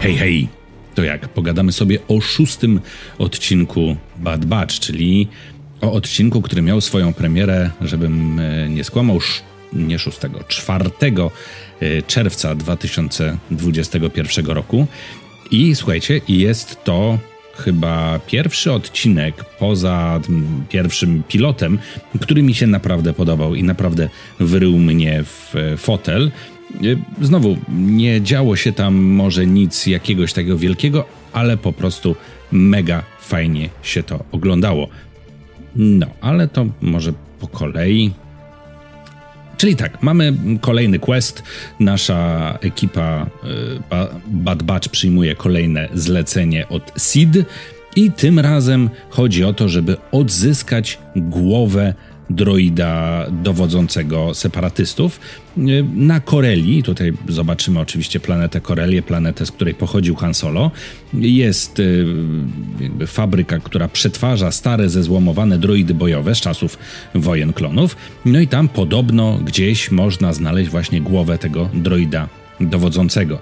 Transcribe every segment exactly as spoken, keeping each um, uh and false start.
Hej, hej! To jak? Pogadamy sobie o szóstym odcinku Bad Batch, czyli o odcinku, który miał swoją premierę, żebym nie skłamał, nie szóstego, czwartego czerwca dwa tysiące dwudziestego pierwszego roku. I słuchajcie, jest to chyba pierwszy odcinek poza pierwszym pilotem, który mi się naprawdę podobał i naprawdę wyrył mnie w fotel. Znowu, nie działo się tam może nic jakiegoś takiego wielkiego, ale po prostu mega fajnie się to oglądało. No, ale to może po kolei. Czyli tak, mamy kolejny quest, nasza ekipa Bad Batch przyjmuje kolejne zlecenie od Sid i tym razem chodzi o to, żeby odzyskać głowę droida dowodzącego separatystów na Corelli. Tutaj zobaczymy oczywiście planetę Corellię, planetę, z której pochodził Han Solo. Jest jakby fabryka, która przetwarza stare, zezłomowane droidy bojowe z czasów wojen klonów. No i tam podobno gdzieś można znaleźć właśnie głowę tego droida dowodzącego.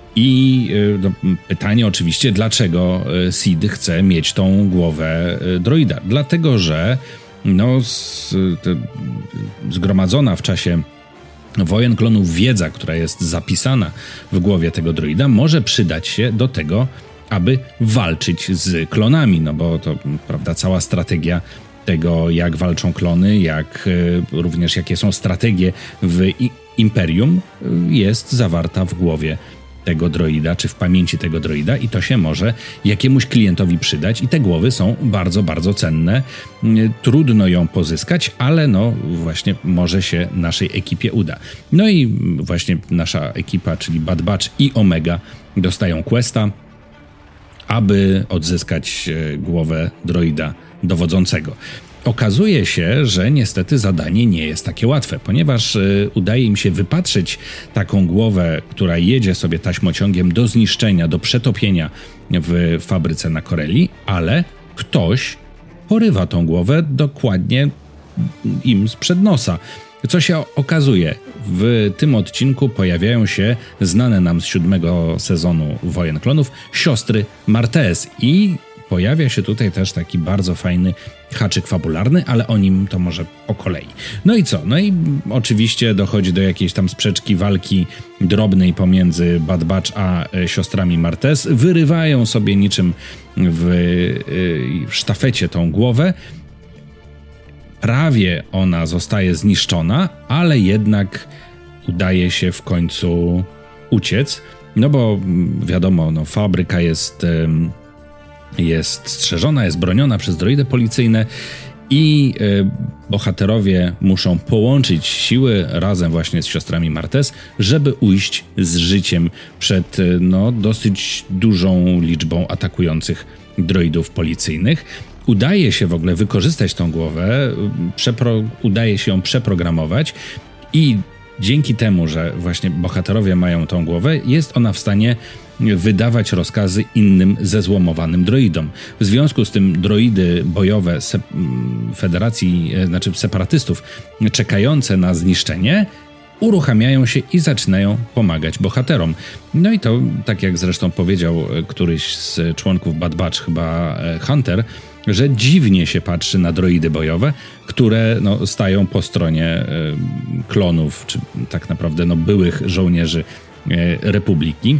I no, pytanie oczywiście, dlaczego Sid chce mieć tą głowę droida? Dlatego, że no, z, te, zgromadzona w czasie wojen klonów wiedza, która jest zapisana w głowie tego droida, może przydać się do tego, aby walczyć z klonami, no bo to, prawda, cała strategia tego, jak walczą klony, jak również jakie są strategie w Imperium, jest zawarta w głowie tego droida, czy w pamięci tego droida i to się może jakiemuś klientowi przydać i te głowy są bardzo, bardzo cenne. Trudno ją pozyskać, ale no właśnie może się naszej ekipie uda. No i właśnie nasza ekipa, czyli Bad Batch i Omega dostają questa, aby odzyskać głowę droida dowodzącego. Okazuje się, że niestety zadanie nie jest takie łatwe, ponieważ y, udaje im się wypatrzyć taką głowę, która jedzie sobie taśmociągiem do zniszczenia, do przetopienia w fabryce na Corelli, ale ktoś porywa tą głowę dokładnie im sprzed nosa. Co się okazuje? W tym odcinku pojawiają się znane nam z siódmego sezonu Wojen Klonów siostry Martez i pojawia się tutaj też taki bardzo fajny haczyk fabularny, ale o nim to może po kolei. No i co? No i oczywiście dochodzi do jakiejś tam sprzeczki, walki drobnej pomiędzy Bad Batch a siostrami Martez. Wyrywają sobie niczym w sztafecie tą głowę. Prawie ona zostaje zniszczona, ale jednak udaje się w końcu uciec. No bo wiadomo, no, fabryka jest... jest strzeżona, jest broniona przez droidy policyjne i y, bohaterowie muszą połączyć siły razem właśnie z siostrami Martez, żeby ujść z życiem przed y, no, dosyć dużą liczbą atakujących droidów policyjnych. Udaje się w ogóle wykorzystać tą głowę, przepro- udaje się ją przeprogramować i dzięki temu, że właśnie bohaterowie mają tą głowę, jest ona w stanie wydawać rozkazy innym zezłomowanym droidom. W związku z tym droidy bojowe se- Federacji, znaczy separatystów, czekające na zniszczenie, uruchamiają się i zaczynają pomagać bohaterom. No i to, tak jak zresztą powiedział któryś z członków Bad Batch, chyba Hunter, że dziwnie się patrzy na droidy bojowe, które no, stają po stronie y, klonów, czy tak naprawdę no, byłych żołnierzy y, Republiki.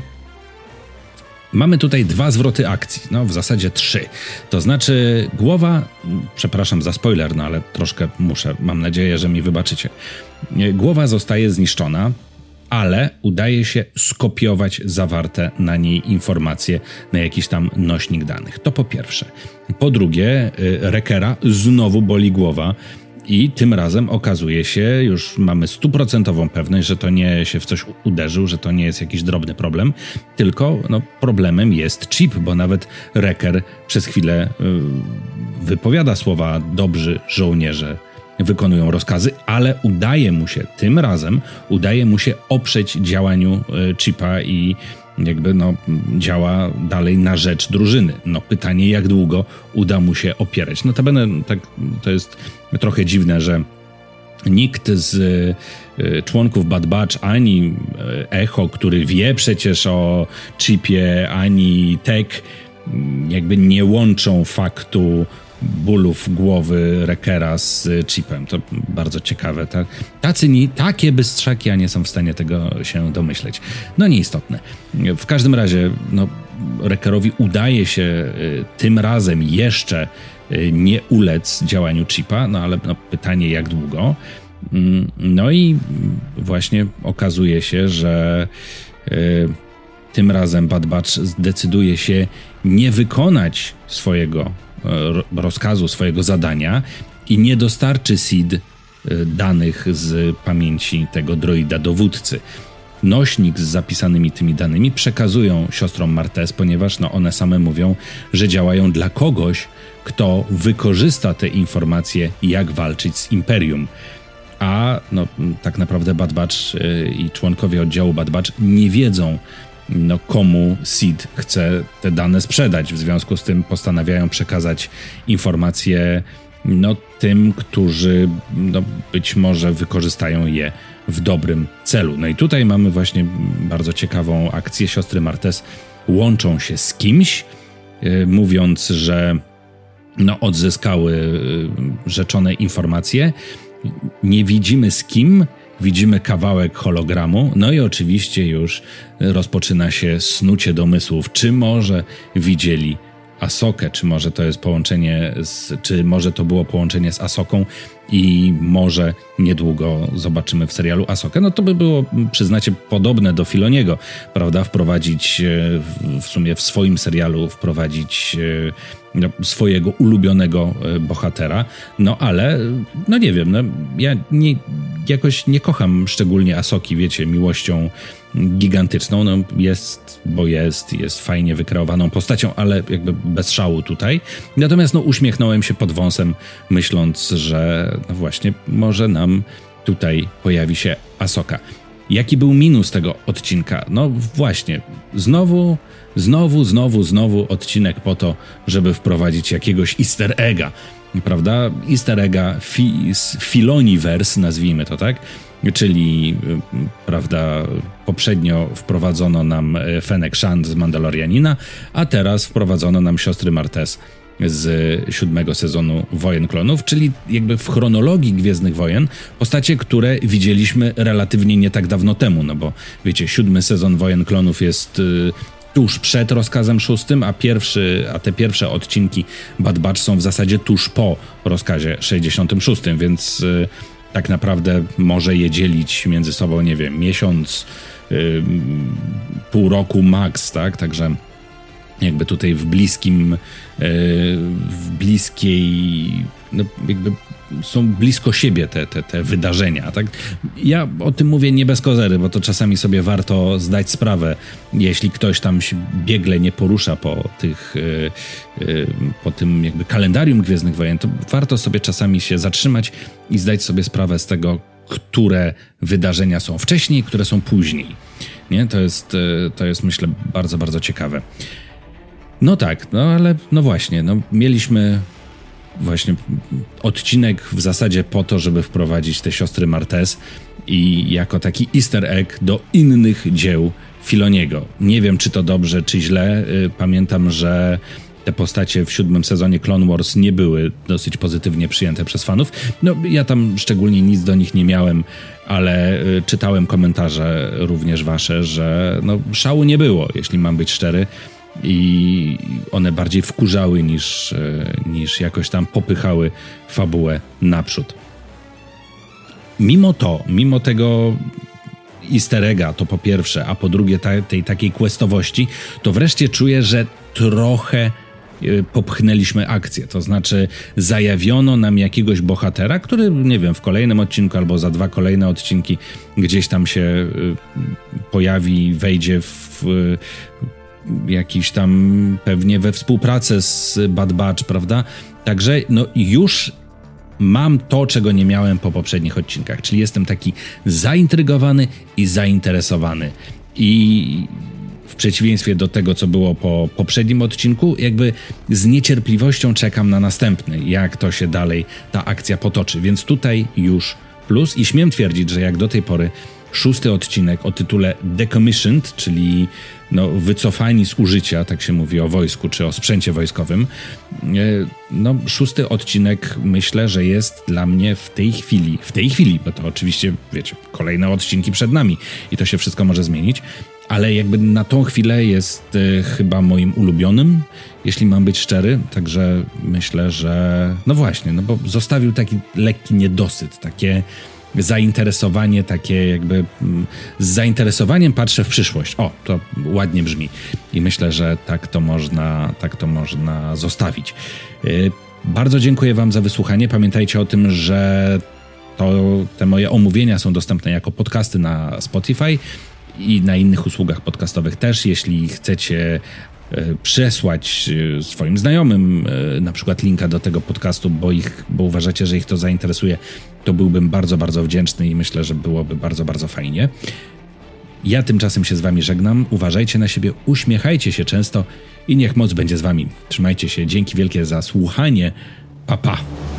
Mamy tutaj dwa zwroty akcji, no w zasadzie trzy. To znaczy głowa, przepraszam za spoiler, no ale troszkę muszę, mam nadzieję, że mi wybaczycie. Głowa zostaje zniszczona, ale udaje się skopiować zawarte na niej informacje na jakiś tam nośnik danych. To po pierwsze. Po drugie, Wreckera znowu boli głowa i tym razem okazuje się, już mamy stuprocentową pewność, że to nie się w coś uderzył, że to nie jest jakiś drobny problem, tylko no, problemem jest chip, bo nawet Wrecker przez chwilę yy, wypowiada słowa dobrzy żołnierze wykonują rozkazy, ale udaje mu się, tym razem udaje mu się oprzeć działaniu y, chipa i jakby no działa dalej na rzecz drużyny. No pytanie, jak długo uda mu się opierać. Notabene tak, to jest trochę dziwne, że nikt z y, członków Bad Batch, ani Echo, który wie przecież o chipie, ani Tech jakby nie łączą faktu bólów głowy Wreckera z chipem. To bardzo ciekawe. Ta, tacy nie, takie bystrzaki, a nie są w stanie tego się domyśleć. No nieistotne. W każdym razie no, Wreckerowi udaje się y, tym razem jeszcze y, nie ulec działaniu chipa, no ale no, pytanie jak długo. Mm, no i właśnie okazuje się, że y, tym razem Bad Batch zdecyduje się nie wykonać swojego rozkazu, swojego zadania i nie dostarczy Sid danych z pamięci tego droida dowódcy. Nośnik z zapisanymi tymi danymi przekazują siostrom Martez, ponieważ no, one same mówią, że działają dla kogoś, kto wykorzysta te informacje, jak walczyć z Imperium. A no, tak naprawdę Bad Batch i członkowie oddziału Bad Batch nie wiedzą, no, komu Sid chce te dane sprzedać. W związku z tym postanawiają przekazać informacje no, tym, którzy no, być może wykorzystają je w dobrym celu. No i tutaj mamy właśnie bardzo ciekawą akcję. Siostry Martez łączą się z kimś, yy, mówiąc, że no, odzyskały yy, rzeczone informacje. Nie widzimy z kim, widzimy kawałek hologramu, no i oczywiście już rozpoczyna się snucie domysłów, czy może widzieli Asokę, czy może to jest połączenie z, czy może to było połączenie z Asoką i może niedługo zobaczymy w serialu Asokę. No to by było, przyznacie, podobne do Filoniego, prawda? Wprowadzić w sumie w swoim serialu, wprowadzić no, swojego ulubionego bohatera. No ale, no nie wiem, no, ja nie, jakoś nie kocham szczególnie Asoki, wiecie, miłością gigantyczną, no jest, bo jest, jest fajnie wykreowaną postacią, ale jakby bez szału tutaj. Natomiast no uśmiechnąłem się pod wąsem, myśląc, że no właśnie może nam tutaj pojawi się Asoka. Jaki był minus tego odcinka? No właśnie, znowu, znowu, znowu, znowu odcinek po to, żeby wprowadzić jakiegoś easter egga, prawda? Easter egga fi, z Filoniverse, nazwijmy to tak, czyli, prawda, poprzednio wprowadzono nam Fennec Shand z Mandalorianina, a teraz wprowadzono nam siostry Martez z siódmego sezonu Wojen Klonów, czyli jakby w chronologii Gwiezdnych Wojen postacie, które widzieliśmy relatywnie nie tak dawno temu, no bo wiecie, siódmy sezon Wojen Klonów jest y, tuż przed rozkazem szóstym, a pierwszy, a te pierwsze odcinki Bad Batch są w zasadzie tuż po rozkazie sześćdziesiątym szóstym, więc y, tak naprawdę może je dzielić między sobą, nie wiem, miesiąc, yy, pół roku max, tak? Także jakby tutaj w bliskim, yy, w bliskiej, no jakby są blisko siebie te, te, te wydarzenia, tak? Ja o tym mówię nie bez kozery, bo to czasami sobie warto zdać sprawę, jeśli ktoś tam się biegle nie porusza po tych, yy, yy, po tym jakby kalendarium Gwiezdnych Wojen, to warto sobie czasami się zatrzymać i zdać sobie sprawę z tego, które wydarzenia są wcześniej, które są później. Nie? To jest, yy, to jest myślę bardzo, bardzo ciekawe. No tak, no ale no właśnie, no mieliśmy właśnie odcinek w zasadzie po to, żeby wprowadzić te siostry Martez i jako taki easter egg do innych dzieł Filoniego. Nie wiem, czy to dobrze, czy źle. Pamiętam, że te postacie w siódmym sezonie Clone Wars nie były dosyć pozytywnie przyjęte przez fanów. No, ja tam szczególnie nic do nich nie miałem, ale czytałem komentarze również wasze, że no, szału nie było, jeśli mam być szczery. I one bardziej wkurzały niż, niż jakoś tam popychały fabułę naprzód. Mimo to, mimo tego easter egga, to po pierwsze, a po drugie ta, tej takiej questowości, to wreszcie czuję, że trochę popchnęliśmy akcję, to znaczy zajawiono nam jakiegoś bohatera, który, nie wiem, w kolejnym odcinku albo za dwa kolejne odcinki gdzieś tam się pojawi, wejdzie w jakiś tam pewnie we współpracę z Bad Batch, prawda? Także no już mam to, czego nie miałem po poprzednich odcinkach, czyli jestem taki zaintrygowany i zainteresowany. I w przeciwieństwie do tego, co było po poprzednim odcinku, jakby z niecierpliwością czekam na następny, jak to się dalej ta akcja potoczy, więc tutaj już plus i śmiem twierdzić, że jak do tej pory szósty odcinek o tytule Decommissioned, czyli no, wycofani z użycia, tak się mówi o wojsku czy o sprzęcie wojskowym. No, szósty odcinek myślę, że jest dla mnie w tej chwili, w tej chwili, bo to oczywiście, wiecie, kolejne odcinki przed nami i to się wszystko może zmienić, ale jakby na tą chwilę jest y, chyba moim ulubionym, jeśli mam być szczery, także myślę, że no właśnie, no bo zostawił taki lekki niedosyt, takie zainteresowanie, takie jakby mm, z zainteresowaniem patrzę w przyszłość. O, to ładnie brzmi i myślę, że tak to można, tak to można zostawić. Yy, bardzo dziękuję wam za wysłuchanie. Pamiętajcie o tym, że to, te moje omówienia są dostępne jako podcasty na Spotify i na innych usługach podcastowych też. Jeśli chcecie przesłać swoim znajomym na przykład linka do tego podcastu, bo, ich, bo uważacie, że ich to zainteresuje, to byłbym bardzo, bardzo wdzięczny i myślę, że byłoby bardzo, bardzo fajnie. Ja tymczasem się z wami żegnam. Uważajcie na siebie, uśmiechajcie się często i niech moc będzie z wami. Trzymajcie się. Dzięki wielkie za słuchanie. Pa, pa.